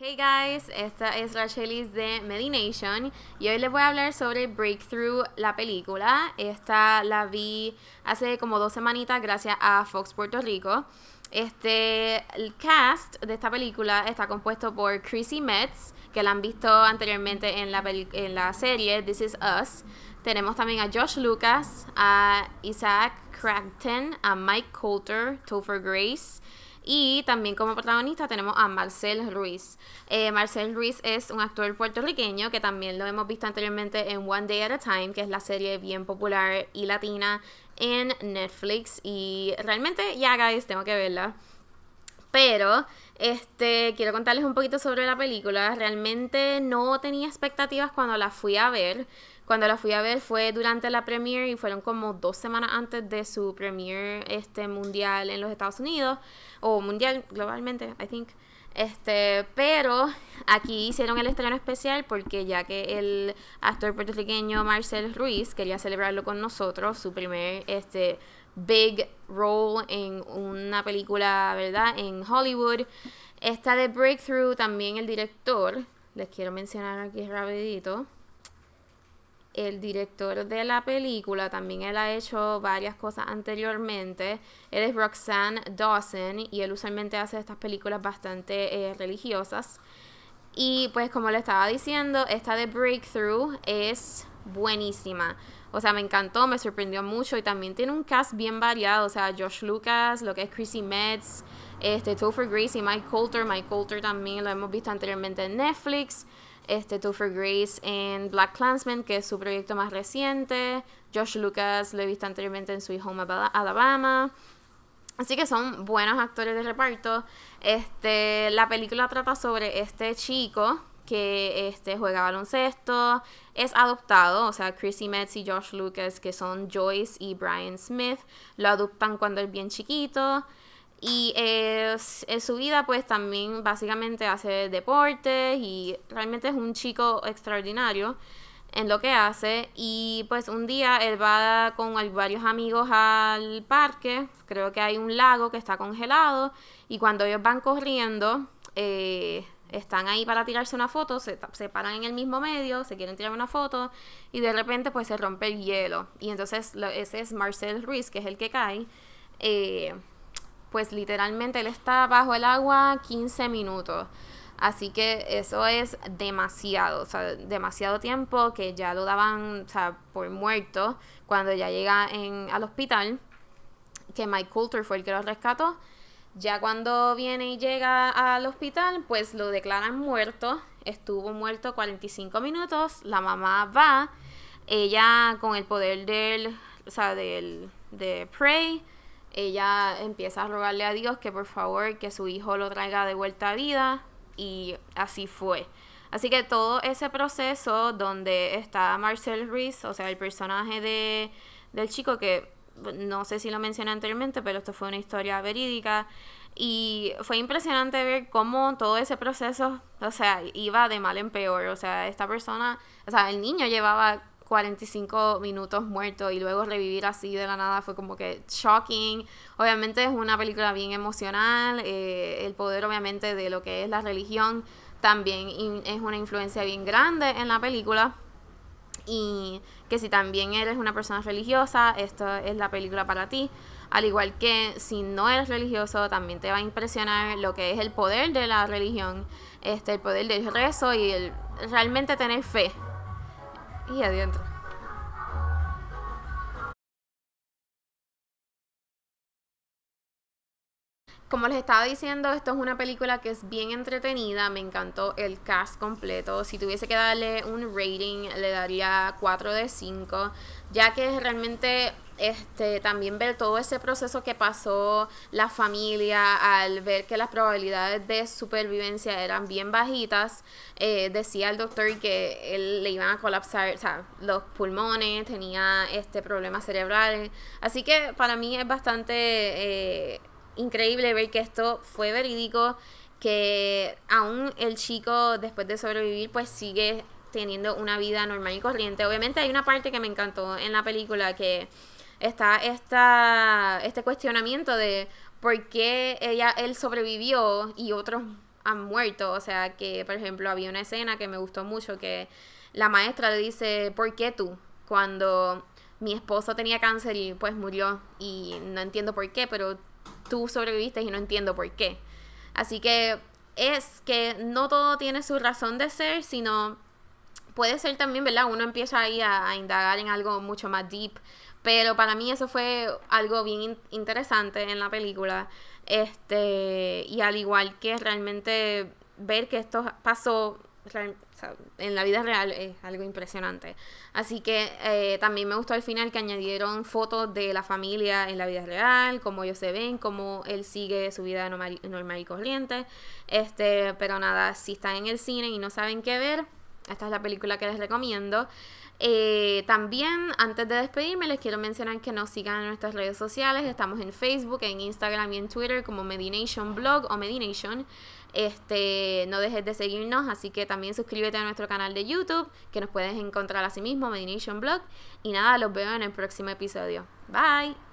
Hey guys, esta es Rachelis de Medination y hoy les voy a hablar sobre Breakthrough, la película. Esta la vi hace como 2 semanitas gracias a Fox Puerto Rico. El cast de esta película está compuesto por Chrissy Metz, que la han visto anteriormente en la serie This Is Us. Tenemos también a Josh Lucas, a Isaac Crackton, a Mike Colter, Topher Grace. Y también como protagonista tenemos a Marcel Ruiz. Marcel Ruiz es un actor puertorriqueño que también lo hemos visto anteriormente en One Day at a Time, que es la serie bien popular y latina en Netflix. Y realmente, ya guys, tengo que verla. Pero, quiero contarles un poquito sobre la película. Realmente no tenía expectativas cuando la fui a ver. Cuando la fui a ver fue durante la premiere y fueron como 2 semanas antes de su premiere mundial en los Estados Unidos. O mundial globalmente, I think. Pero aquí hicieron el estreno especial porque ya que el actor puertorriqueño Marcel Ruiz quería celebrarlo con nosotros, su primer big role en una película, ¿verdad? En Hollywood. Esta de Breakthrough, también el director, les quiero mencionar aquí rapidito. El director de la película, también él ha hecho varias cosas anteriormente. Él es Roxanne Dawson y él usualmente hace estas películas bastante religiosas. Y pues como le estaba diciendo, esta de Breakthrough es buenísima. O sea, me encantó, me sorprendió mucho y también tiene un cast bien variado. O sea, Josh Lucas, lo que es Chrissy Metz, Topher Grace y Mike Colter. Mike Colter también lo hemos visto anteriormente en Netflix. Topher Grace en BlacKkKlansman, que es su proyecto más reciente. Josh Lucas lo he visto anteriormente en Sweet Home Alabama. Así que son buenos actores de reparto. La película trata sobre este chico que juega baloncesto, es adoptado, o sea, Chrissy Metz y Josh Lucas, que son Joyce y Brian Smith, lo adoptan cuando es bien chiquito. Y en su vida pues también básicamente hace deportes y realmente es un chico extraordinario en lo que hace. Y pues un día él va con varios amigos al parque, creo que hay un lago que está congelado y cuando ellos van corriendo están ahí para tirarse una foto, se paran en el mismo medio, se quieren tirar una foto y de repente pues se rompe el hielo y entonces ese es Marcel Ruiz, que es el que cae. Pues literalmente él está bajo el agua 15 minutos. Así que eso es demasiado, o sea, demasiado tiempo que ya lo daban, o sea, por muerto cuando ya llega al hospital, que Mike Colter fue el que lo rescató. Ya cuando viene y llega al hospital, pues lo declaran muerto. Estuvo muerto 45 minutos. La mamá va, ella con el poder de Prey, ella empieza a rogarle a Dios que por favor que su hijo lo traiga de vuelta a vida y así fue. Así que todo ese proceso donde está Marcel Ruiz, o sea, el personaje del chico que no sé si lo mencioné anteriormente, pero esto fue una historia verídica y fue impresionante ver cómo todo ese proceso, o sea, iba de mal en peor. O sea, esta persona, o sea, el niño llevaba 45 minutos muerto y luego revivir así de la nada fue como que shocking. Obviamente es una película bien emocional, el poder obviamente de lo que es la religión también es una influencia bien grande en la película y que si también eres una persona religiosa, esta es la película para ti. Al igual que si no eres religioso, también te va a impresionar lo que es el poder de la religión, el poder del rezo y el realmente tener fe. Y adentro. Como les estaba diciendo, esto es una película que es bien entretenida. Me encantó el cast completo. Si tuviese que darle un rating, le daría 4 de 5, ya que realmente también ver todo ese proceso que pasó la familia al ver que las probabilidades de supervivencia eran bien bajitas. Decía el doctor que él le iban a colapsar, o sea, los pulmones, tenía problemas cerebrales. Así que para mí es bastante increíble ver que esto fue verídico, que aún el chico después de sobrevivir pues sigue teniendo una vida normal y corriente. Obviamente hay una parte que me encantó en la película, que está este cuestionamiento de por qué él sobrevivió y otros han muerto. O sea, que por ejemplo había una escena que me gustó mucho que la maestra le dice, ¿por qué tú? Cuando mi esposo tenía cáncer y pues murió y no entiendo por qué, pero tú sobreviviste y no entiendo por qué. Así que es que no todo tiene su razón de ser, sino puede ser también, ¿verdad? Uno empieza ahí a indagar en algo mucho más deep. Pero para mí eso fue algo bien interesante en la película. Y al igual que realmente ver que esto pasó en la vida real es algo impresionante. Así que también me gustó al final que añadieron fotos de la familia en la vida real, cómo ellos se ven, cómo él sigue su vida normal y corriente. Pero nada, si están en el cine y no saben qué ver, esta es la película que les recomiendo. También, antes de despedirme, les quiero mencionar que nos sigan en nuestras redes sociales. Estamos en Facebook, en Instagram y en Twitter como Medination Blog o Medination. No dejes de seguirnos, así que también suscríbete a nuestro canal de YouTube, que nos puedes encontrar así mismo, Medination Blog. Y nada, los veo en el próximo episodio. Bye.